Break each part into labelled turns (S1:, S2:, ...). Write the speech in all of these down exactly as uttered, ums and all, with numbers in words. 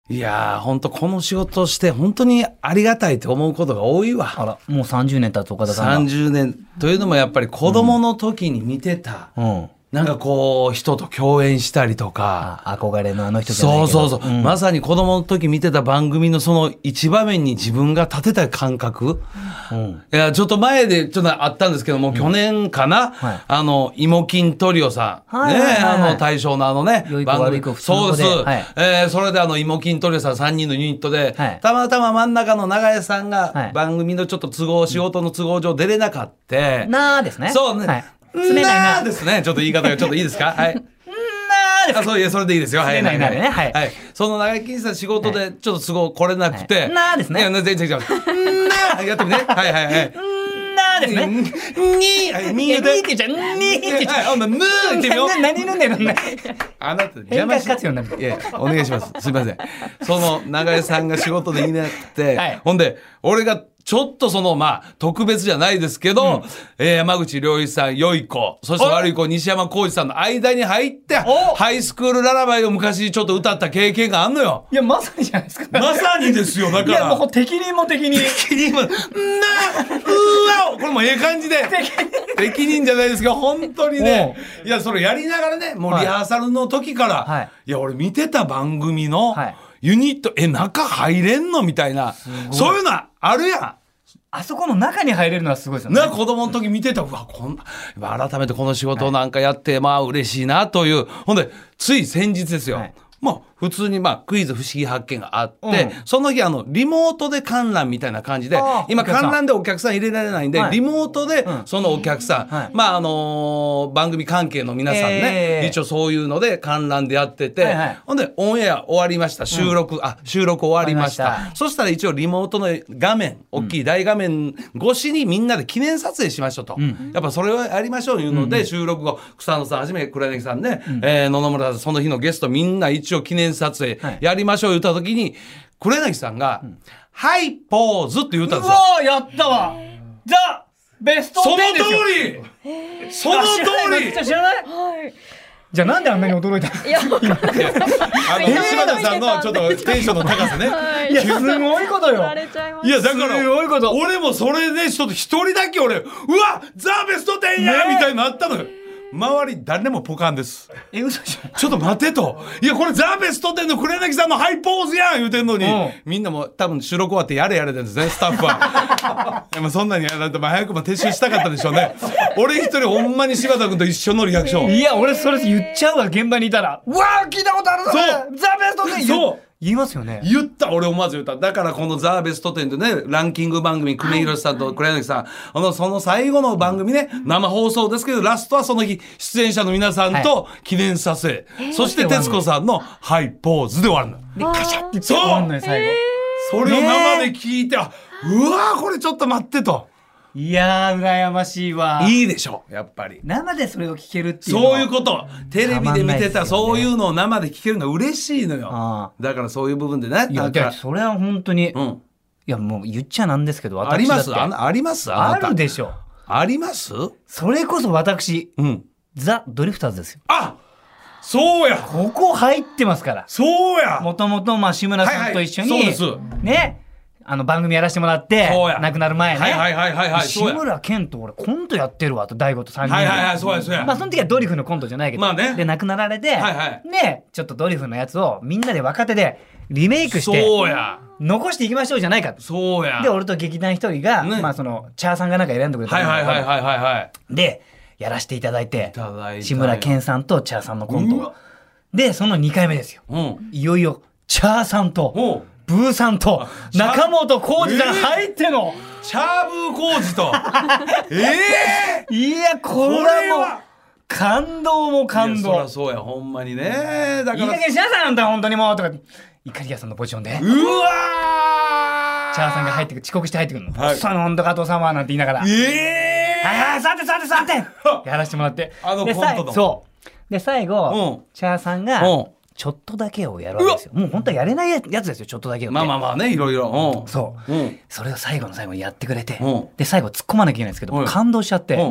S1: いやー本当この仕事をして本当にありがたいと思うことが多いわ。
S2: あら、もうさんじゅうねん経つ岡田さんが。
S1: さんじゅうねんというのもやっぱり子供の時に見てた、
S2: うん。
S1: なんかこう人と共演したりとか、
S2: あ、憧れのあの人じゃないけど。
S1: そうそうそう、
S2: ん
S1: まさに子供の時見てた番組のその一場面に自分が立てた感覚、
S2: うん。
S1: いやちょっと前でちょっとあったんですけども、去年かな、
S2: はい
S1: あの芋金トリオさん、
S2: はいはいはいはい
S1: ねあの大将のあのね
S2: 良い子
S1: 番組
S2: 悪い子普通の
S1: そうです、
S2: 子ではい
S1: えーそれであの芋金トリオさんさんにんのユニットで、
S2: はい
S1: たまたま真ん中の長江さん
S2: はい
S1: が番組のちょっと都合、仕事の都合上出れなかった、
S2: なあですね。
S1: そうね、
S2: はい。詰めないな。
S1: なーですねちょっと言い方がちょっといいですかはい
S2: なあです
S1: あそういやそれでいいですよ。はいはいはい。
S2: ねねはい
S1: はい。その長井金さん仕事でちょっと都合来れなくて。
S2: はいなーですね
S1: いや全然違う。なーやってみね。はいはいはい。
S2: なあですね。
S1: にーはいにー
S2: いやにーって言っちゃう。にーって言っちゃう。
S1: はいほんならぬー言ってみよう。
S2: な何飲んでるんだよ。
S1: あなた
S2: 変
S1: 邪魔し
S2: 化活用になる。
S1: いやお願いします。すみません。その長井さんが仕事でいなくて、
S2: はい
S1: ほんで俺がちょっとそのまあ特別じゃないですけど、えー山口良一さん良い子そして悪い子西山浩二さんの間に入って
S2: お
S1: ハイスクールララバイを昔ちょっと歌った経験があんのよ。
S2: いや、まさにじゃないですか。
S1: まさにですよだか
S2: いや、
S1: ら。
S2: もう適任も適任。
S1: 適任もなうわこれもええ感じで適任じゃないですか本当にね。いやそれやりながらねもうリハーサルの時から、
S2: はい
S1: い、や俺見てた番組の
S2: はい
S1: ユニット、え中入れんのみたいなそういうのあるやん。
S2: あそこの中に入れるのはすごいですよね。
S1: な子供の時見てたうわこんな改めてこの仕事をなんかやって、はい、まあ嬉しいなというほんでつい先日ですよ、はい、まあ普通にまあクイズ不思議発見があって、うん、その日あのリモートで観覧みたいな感じで今観覧でお客さん入れられないんで、はい、リモートでそのお客さん、うんはい、まああのー、番組関係の皆さんね、えー、一応そういうので観覧でやってて、はいはい、ほんでオンエア終わりました収録、うん、あ収録終わりました、そしたら一応リモートの画面大きい大画面越しにみんなで記念撮影しましょうと、うん、やっぱそれをやりましょういうので、うん、収録後草野さんはじめ黒柳さんね、うんえー、野々村さんその日のゲストみんな一応記念撮影やりましょう言った時に黒柳さんが、うん、はいポーズって言ったんですよ。
S2: うわやったわザベストテンですよ。
S1: その通りその通り
S2: 知らない、はい、じゃあなんであんなに驚いたの。いや
S1: あの柴田さんのちょっとテンションの高さね、はい、
S2: いやすごいことよ。
S1: いやだからすごいこと俺もそれでちょっと一人だけ俺うわザベストテンや、ね、みたいになったのよ。周り誰もポカンです。
S2: え嘘じゃん。
S1: ちょっと待てと。いやこれザベストテンの黒柳さんのハイポーズやん言うてんのに、うん、みんなも多分収録終わってやれやれなんですねスタッフは。でもそんなにやらないと早くも撤収したかったでしょうね。俺一人ほんまに柴田君と一緒のリアクション。
S2: いや俺それ言っちゃうわ現場にいたら。うわー聞いたことあるぞ。そうザベストテンそう言いますよね。
S1: 言った俺思わず言った。だからこのザ・ベストテンでねランキング番組久米宏さんと黒柳さん、あのその最後の番組ね生放送ですけどラストはその日出演者の皆さんと記念撮影、はい、そして徹子さんのハイポーズで終わる
S2: のでカシャッて
S1: そう
S2: 終わるのよ最後、
S1: それを生で聞いて、あうわーこれちょっと待ってと。
S2: いやー羨ましいわ。
S1: いいでしょやっぱり
S2: 生でそれを聞けるっていうのは
S1: そういうことテレビで見てた、ね、そういうのを生で聞けるのは嬉しいのよ。あだからそういう部分でね。
S2: いやだそれは本当に、うん、いやもう言っちゃなんですけど私だって
S1: あります あ, あります
S2: あるでしょ。
S1: あります
S2: それこそ私、うん、ザ・ドリフターズですよ。
S1: あそうや
S2: ここ入ってますから。
S1: そうや
S2: もともとまあ志村さんと一緒に、
S1: はいはい、そうです
S2: ねあの番組やらせてもらって亡くなる前ね、
S1: はいはいはいはいはい、
S2: 志村けんと俺コントやってるわと大悟とさんにんで、
S1: はいはいはいそうやそうや、
S2: まあその時はドリフのコントじゃないけど、
S1: まあね、
S2: で亡くなられて、
S1: はいはい、
S2: ねちょっとドリフのやつをみんなで若手でリメイクして
S1: そうや
S2: 残していきましょうじゃないかと。
S1: そうや
S2: で俺と劇団一人が、ね、まあそのチャーさんがなんか選んでくれた
S1: はいはいはいはいはいはい
S2: でやらせていただいて、
S1: いただいた
S2: 志村けんさんとチャーさんのコントをでそのにかいめですよ、うん、いよいよチャーさんとブーさんと中本浩二さん入っての、
S1: えー、チャーブー浩二とえ
S2: えー、いやこれはもう感動も感動。
S1: いやそりゃそうやほんまにね。だから
S2: いい加減しなさいあんた本当にもうとかイカリアさんのポジションで
S1: うわ
S2: ーチャーさんが入ってくる遅刻して入ってくるの、はい、その本当加藤さんはなんて言いながら
S1: ええー、
S2: はいはいさてさてさてやらせてもらって
S1: あのコントの
S2: そうで最後、うん、チャーさんが、うんちょっとだけをやるわけですよ。もう本当はやれないやつですよちょっとだけを。
S1: まあまあまあねいろいろ、
S2: うん、そう、うん、それを最後の最後にやってくれて、
S1: うん、
S2: で最後突っ込まなきゃいけないんですけど、うん、感動しちゃって、
S1: うんうん、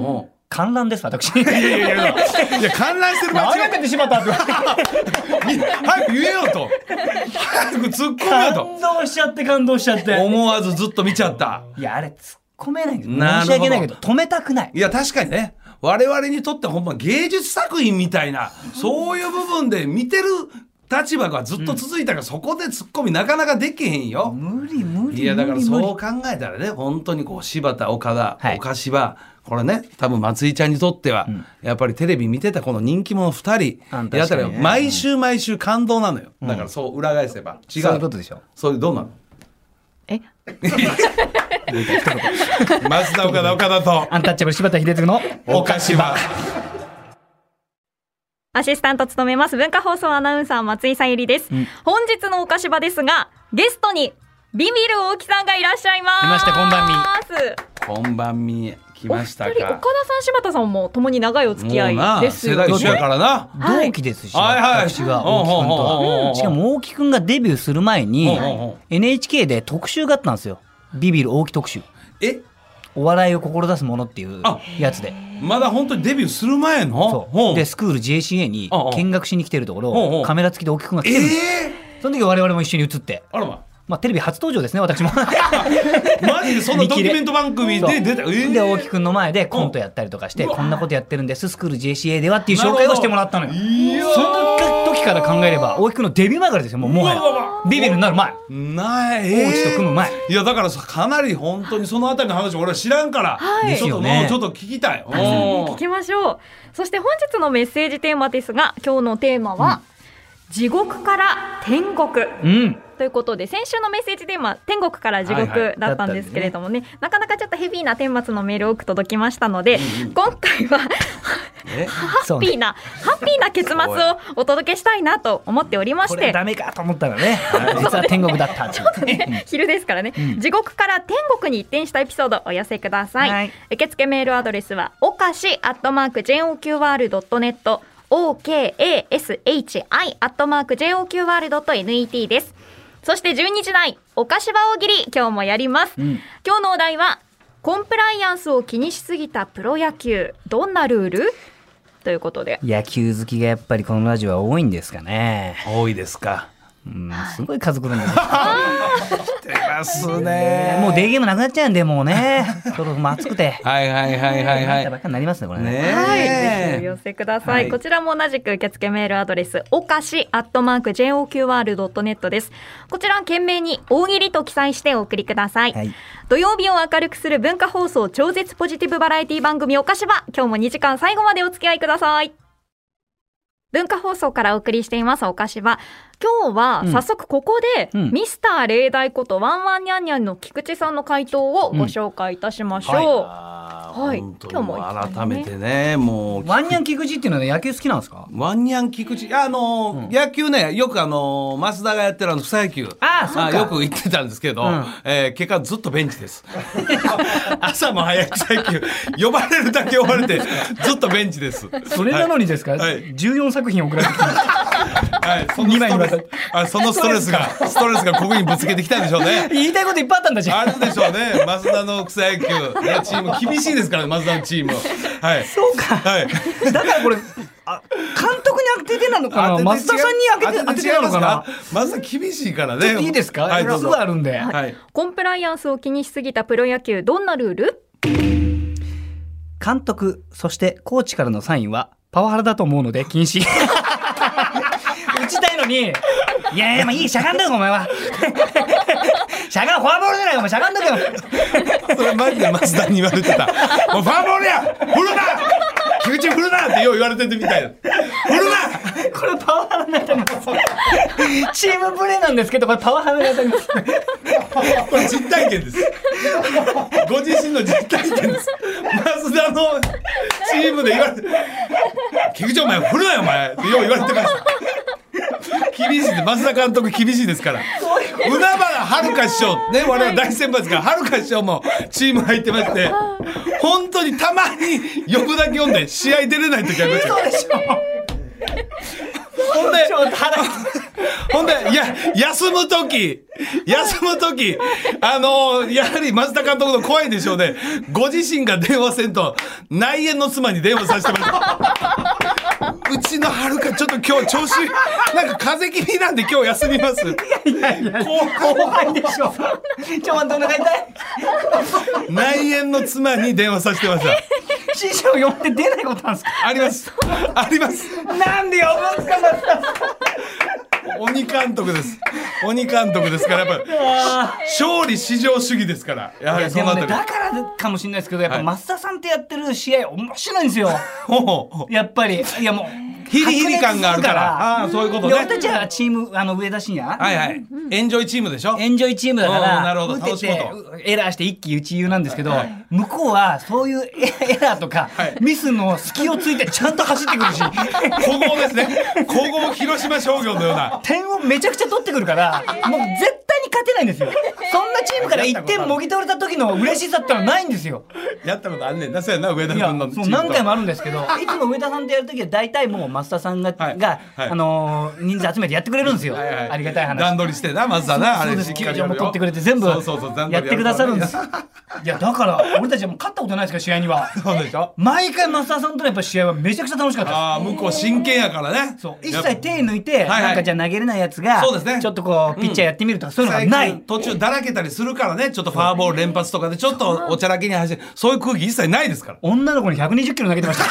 S2: 観覧です私。い
S1: やいやいやいや観覧してる間違
S2: えてしまったって
S1: 早く言えよと早く突っ込めよと
S2: 感動しちゃって感動しちゃって
S1: 思わずずっと見ちゃった。
S2: いやあれ突っ込めないけど申し訳ないけど止めたくない。
S1: いや確かにね我々にとってほんま芸術作品みたいなそういう部分で見てる立場がずっと続いたから、うん、そこでツッコミなかなかできへんよ。
S2: 無理無理。
S1: いやだからそう考えたらね本当にこう柴田岡田、はい、岡柴これね多分松井ちゃんにとっては、うん、やっぱりテレビ見てたこの人気者ふたりやったら毎週毎週感動なのよ、うん、だからそう裏返せば違う、
S2: そういうことでしょ。
S1: そういうどうなの
S3: え
S1: 松田岡田岡田と
S2: アンタッチャブル柴田秀嗣の
S1: 岡柴。
S3: アシスタント務めます文化放送アナウンサー松井さゆりです、うん、本日の岡柴ですがゲストにビビる大木さんがいらっしゃいます。
S2: 来ましたこんばんみ。
S1: こんばんみ来ましたか。
S3: お二人岡田さん柴田さんも共に長いお付き合いですよね。
S1: 世代一緒やからな、
S2: はい、同期ですし、はいはい、私が大木くんとは、うん、しかも大木くんがデビューする前に、うん、エヌエイチケー で特集があったんですよ。ビビる大木特集。
S1: え
S2: お笑いを志すものっていうやつで
S1: まだ本当にデビューする前の
S2: そうでスクール ジェーシーエー に見学しに来てるところカメラ付きで大木くんが来てるんですよ、えー、その時我々も一緒に映ってあらままあ、テレビ初登場ですね私も
S1: マジでそのドキュメント番組で出た、えー、
S2: で大木くんの前でコントやったりとかしてこんなことやってるんですスクール ジェーシーエー ではっていう紹介をしてもらったのよ。その時から考えれば大木くんのデビュー前からですよ。もうもはやビビるになる前
S1: ない、えー、
S2: 大木と組む前。
S1: いやだからかなり本当にそのあたりの話俺は知らんから、はい、ちょっともうちょっと聞きたい、
S3: 聞きましょう。そして本日のメッセージテーマですが今日のテーマは、うん、地獄から天国、うんということで先週のメッセージテーマ天国から地獄だったんですけれども ね,、はいはいね、なかなかちょっとヘビーな顛末のメールを多く届きましたので、うん、今回はハッピーなハッピーな結末をお届けしたいなと思っておりまして、こ
S2: れダメかと思ったらね実は天国だったんですよ
S3: ね昼ですからね、うん、地獄から天国に一転したエピソードをお寄せください、はい、受付メールアドレスはおかしアットマーク ジェイオーキューアールドットネット オーケーエーエスエイチアイ アットマーク ジェイオーキューアールドットネット です。そしてじゅうにじ台おかしば大喜利今日もやります、うん、今日のお題はコンプライアンスを気にしすぎたプロ野球どんなルールということで、
S2: 野球好きがやっぱりこのラジオは多いんですかね。
S1: 多いですか。
S2: うん、すごい家族なんです
S1: 来てますね。
S2: もうデーゲームなくなっちゃうんでもうねちょっともう暑くて
S1: はいはいはいはいはい
S2: ばっかりになりますねこれね。
S3: ねはいぜひお寄せください、はい、こちらも同じく受付メールアドレスおかしアットマーク ジェイオーキューアールドットネット です。こちら懸命に大喜利と記載してお送りください、はい、土曜日を明るくする文化放送超絶ポジティブバラエティ番組おかしば今日もにじかん最後までお付き合いください。文化放送からお送りしていますおかしば、今日は早速ここで、うん、ミスター例題ことワンワンニャンニャンの菊池さんの回答をご紹介いたしましょう、うんはいはい、
S1: 今日も改めてねもう
S2: ワンニャン菊池っていうのは、ね、野球好きなんですか。
S1: ワンニャン菊池あの、うん、野球ねよくあの増田がやってるあの草野球
S2: あそうか
S1: よく言ってたんですけど、うんえー、結果ずっとベンチです朝も早い草野球呼ばれるだけ呼ばれてずっとベンチです。
S2: それなのにですか、はい、じゅうよんさく品送られてきた
S1: はい、そのにまいにわたってあそのストレスがストレスがここにぶつけてきたんでしょうね。
S2: 言いたいこといっぱいあったんだし
S1: あるでしょうね。増田の草野球チーム厳しいですから増田のチームはい
S2: そうか、はい、だからこれあ監督に当ててなのかな増田さんに当てて当ててなのかな。
S1: 増田厳しいからね。
S2: いいですか、はい、すぐあるんで、はい、
S3: コンプライアンスを気にしすぎたプロ野球どんなルール。
S2: 監督そしてコーチからのサインはパワハラだと思うので禁止打ちたいのにいやいやまあいいしゃがんだよお前はしゃがんフォアボールじゃないお前しゃがんだよ
S1: それマジで増田に言われてたもうフォアボールや振るな菊池振るなってよう言われてるみたいな振るな
S2: これパワハラになってますチームプレーなんですけどこれパワハラになってます
S1: これ実体験ですご自身の実体験です。増田のチームで言われて菊池お前振るなよお前ってよう言われてました厳しいです。増田監督厳しいですから海原遥師匠ね我々大先輩ですから遥師匠もチーム入ってまして本当にたまに呼ぶだけ呼んで試合出れない時ありました。 ほんでほんでいや休む時休む時あのー、やはり増田監督の怖いでしょうね。ご自身が電話せんと内縁の妻に電話させてもらううちのはるかちょっと今日調子なんか風邪気味なんで今日休みます。
S2: いやいや後輩でしょ。ちょ待ってお願い痛い。
S1: 内縁の妻に電話させてました。
S2: 師匠呼んで出ないことなんですか。
S1: ありますあります。
S2: なんで呼ぶんですか。
S1: 鬼監督です。鬼監督ですからやっぱ勝利至上主義ですから。やはりそのあたり、
S2: ね、だからかもしれないですけどやっぱ増田さんってやってる試合面白いんですよ。やっぱりいやもう
S1: ヒリヒリ感があるから。ああそういうことね。
S2: 俺たちはチームあの上田晋也
S1: はいはいエンジョイチームでしょ。
S2: エンジョイチームだから
S1: なるほど
S2: 打ててエラーして一喜一憂なんですけど、はい、向こうはそういうエラーとか、はい、ミスの隙をついてちゃんと走ってくるし
S1: 古豪ですね。古豪広島商業のような
S2: 点をめちゃくちゃ取ってくるからもう絶対に勝てないんですよ。そんなチームからいってんもぎ取れた時の嬉しさってのはないんですよ。
S1: やったことあんねんな。そうやな上田君のチームと
S2: 何回もあるんですけどいつも上田さんとやる時は大体もう増田さんが、はいが、はい、あのー、人数集めてやってくれるんですよ。はいはい、ありがたい話。
S1: 段取りしてなまずはな。
S2: そうです。球場も取ってくれて全部やってくださるんです。いやだから俺たちはもう勝ったことないですから試合には。
S1: そうでしょ。
S2: 毎回増田さんとのやっぱ試合はめちゃくちゃ楽しかったです。
S1: ああ向こう真剣やからね。
S2: そう一切手抜いてなんかじゃ投げれないやつが、ね、ちょっとこうピッチャーやってみるとか、うん、そういうのがない。
S1: 途中だらけたりするからね。ちょっとファーボール連発とかでちょっとおちゃらけに走るそういう空気一切ないですから。
S2: 女の子にひゃくにじゅっキロ投げてました。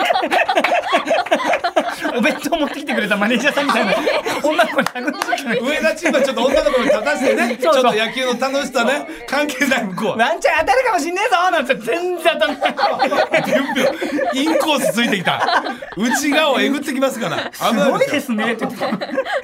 S2: お弁当持ってきてくれたマネージャーさんみたいな女の子にひゃくにじゅっキロ上
S1: 田チームはちょっと女の子に立たせてねちょっと野球の楽しさね関係ない向こうは
S2: ワンチャン当たるかもしんねえぞなんて全然当たんない
S1: インコースついてきた内側をえぐってきますから
S2: すごいですねって言って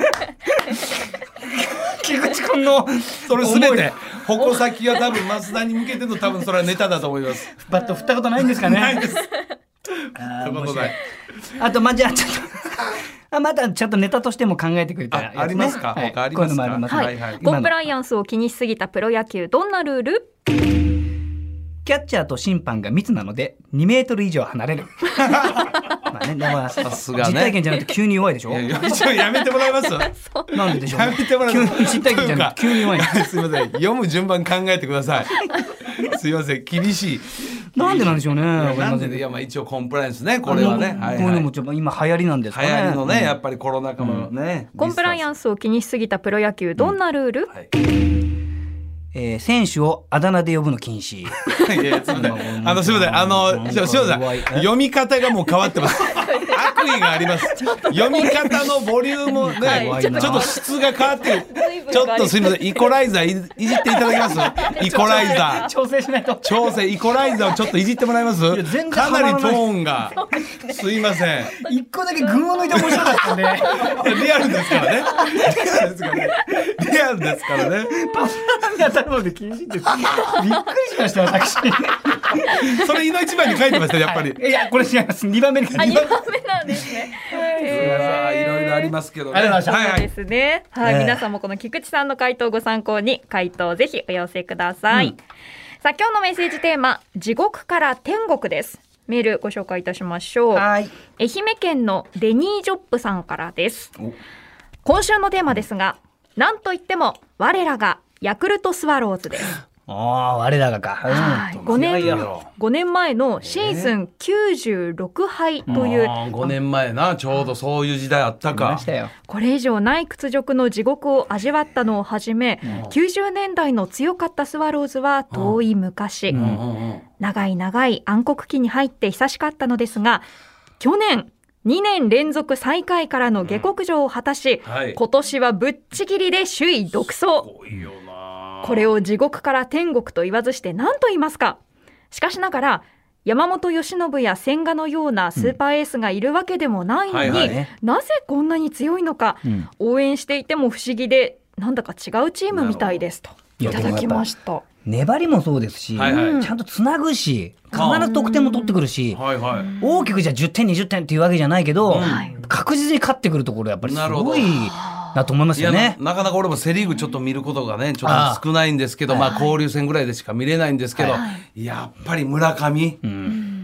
S2: 菊池君の
S1: それ全て矛先は多分増田に向けての多分それはネタだと思います。
S2: バット振ったことないんですかね。
S1: ないです。
S2: あ面白い。あとまあじゃあちょっとあまたちょっとネタとしても考えてくれたら、ね、
S1: あ, ありますか、はい、他ありますか。こういうのもあります、
S3: はいはいはい、コンプライアンスを気にしすぎたプロ野球どんなルール。
S2: キャッチャーと審判が密なのでにメートル以上離れる。まあね、だからさすがね実体験じゃなくて急に弱いでしょ。いやいや
S1: 一応やめてもらえます。
S2: なんででしょう。
S1: やめてもらえます。
S2: 急に実体験じゃなくて急に弱い。
S1: すみません読む順番考えてください。すみません厳しい。
S2: なんでなんでしょうね。
S1: なんでいやまあ一応コンプライアンスねこれはね。
S2: こういうのもちょっと今流行りなんですかね。
S1: 流行りのねやっぱりコロナ禍のね。
S3: コンプライアンスを気にしすぎたプロ野球どんなルール。
S2: えー、選手をあだ名で呼ぶの禁止。
S1: いやすみませんあのすみませんあのすみません読み方がもう変わってます。悪意があります。読み方のボリュームね、はい、ちょっと質が変わってる。ちょっとすみませんイコライザー い, いじっていただけます。イコライザー
S2: 調整しないと
S1: 調整イコライザーをちょっといじってもらえます。かなりトーンがすいません
S2: 一個だけ群を抜いて面白かったんで
S1: リアルですからねリアルですからねリアルですからね
S2: パスタに当たるので禁止です。びっくりしました私。
S1: それいの一番に書いてましたやっぱり、
S2: はい、いやこれ違います。にばんめに書いてます。
S3: にばんめなんですね。
S1: いろいろありますけどね。
S2: ありがとうございました。
S3: そうですね。はい、はい、皆さんもこの菊池さんの回答をご参考に回答をぜひお寄せください、うん、さあ今日のメッセージテーマ地獄から天国です。メールご紹介いたしましょう。はい、愛媛県のデニージョップさんからです。今週のテーマですがなんといっても我らがヤクルトスワローズです。
S2: ああ我らがか、
S3: はい、ごねんごねんまえのシーズンきゅうじゅうろくはいという、え
S1: ー、ごねんまえなちょうどそういう時代あったか。
S3: これ以上ない屈辱の地獄を味わったのをはじめきゅうじゅうねんだいの強かったスワローズは遠い昔、長い長い暗黒期に入って久しかったのですが去年にねん連続最下位からの下克上を果たし、うんはい、今年はぶっちぎりで首位独走。これを地獄から天国と言わずして何と言いますか。しかしながら山本由伸や千賀のようなスーパーエースがいるわけでもないのに、うんはいはい、なぜこんなに強いのか、うん、応援していても不思議でなんだか違うチームみたいですといただきました。
S2: 粘りもそうですし、はいはい、ちゃんとつなぐし必ず得点も取ってくるし、はいはい、大きくじゃあじゅってんにじゅってんっていうわけじゃないけど、うん、確実に勝ってくるところやっぱりすごいだと思いますよね。
S1: な, なかなか俺もセリーグちょっと見ることがねちょっと少ないんですけど、あまあ交流戦ぐらいでしか見れないんですけど、はい、やっぱり村上、うん、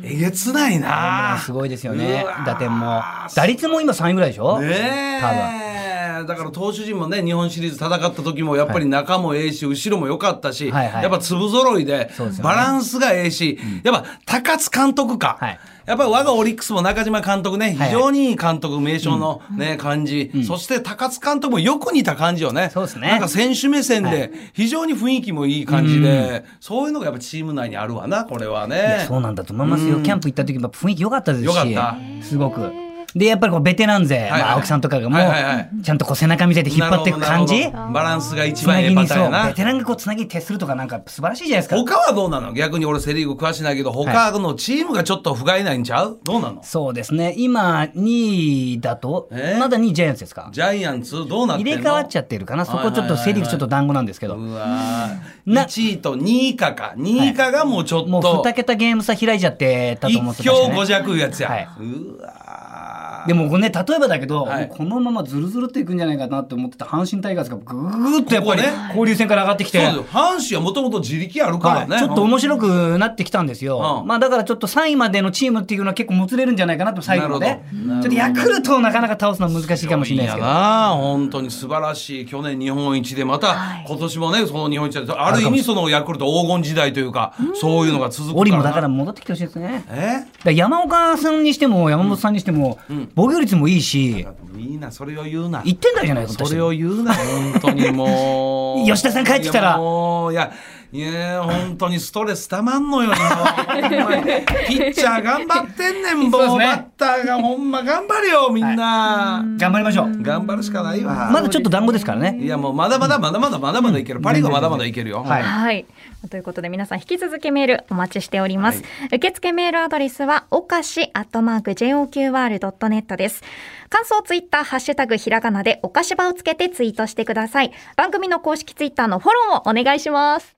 S1: えげつないな。
S2: すごいですよね。打点も打率も今さんいぐらいでしょ。
S1: ねえ
S2: 多分
S1: だから投手陣もね日本シリーズ戦った時もやっぱり中もええし、はい、後ろも良かったし、はいはい、やっぱ粒揃いでバランスがええし、ね、やっぱ高津監督か、はい、やっぱり我がオリックスも中島監督ね非常にいい監督、名将の、ね、感じ、うん、そして高津監督もよく似た感じよね。
S2: そうですね。
S1: なんか選手目線で非常に雰囲気もいい感じで、はい、そういうのがやっぱチーム内にあるわなこれはね。い
S2: やそうなんだと思いますよ。キャンプ行った時も雰囲気良かったですし、
S1: よかった
S2: すごく。でやっぱりこうベテラン勢、はいはいまあ、青木さんとかがもう、はいはいはい、ちゃんとこう背中見せて引っ張っていく感じ、
S1: バランスが一番いいパターンやな。
S2: ベテランがこうつなぎに徹するとかなんか素晴らしいじゃないですか。
S1: 他はどうなの？逆に俺セリーグ詳しないけど他のチームがちょっと不甲斐ないんちゃう？どうなの？
S2: そうですね今にいだと、えー、まだにいジャイアンツですか？
S1: ジャイアンツどうなってんの？
S2: 入れ替わっちゃってるかな。そこちょっとセリーグちょっと団子なんですけど、
S1: うわいちいとにい以下かにい以下がもうちょっと、
S2: はい、もうに桁ゲーム差開いちゃってたと思ってましたね。
S1: 一強ご弱いうやつや、はい、うわ
S2: でもこれね例えばだけど、はい、このままズルズルっていくんじゃないかなって思ってた阪神タイガースがぐーっとやっぱり交流戦から上がってきて、
S1: そう阪神はもともと自力あるからね、
S2: はい、ちょっと面白くなってきたんですよ、うん、まあだからちょっとさんいまでのチームっていうのは結構もつれるんじゃないかなと最後までちょっとヤクルトをなかなか倒すのは難しいかもしれないですけど、
S1: な本当に素晴らしい去年日本一でまた今年もねその日本一である意味そのヤクルト黄金時代というかそういうのが続くからな。
S2: オリもだから戻ってきてほしいですね。えだ山岡さんにしても山本さんにしても、うん、防御率もいいしい
S1: いなそれを言うな。
S2: 言ってんだじゃないか。
S1: それを言うな本当にもう
S2: 吉田さん帰ってきたら
S1: もういやいや本当にストレスたまんのよ今ピッチャー頑張ってんねんもう、ね、バッターがほんま頑張れよみんな、
S2: はい、頑張りましょう。
S1: 頑張るしかないわ。
S2: まだちょっと団子ですからね。
S1: いやもうまだまだまだまだまだまだいける、うん、パリがまだまだいけるよ、
S3: はい、はい、ということで皆さん引き続きメールお待ちしております、はい、受付メールアドレスはおかしアットマーク ジェイオーキューアールドットネット です。感想ツイッターハッシュタグひらがなでおかしばをつけてツイートしてください。番組の公式ツイッターのフォローをお願いします。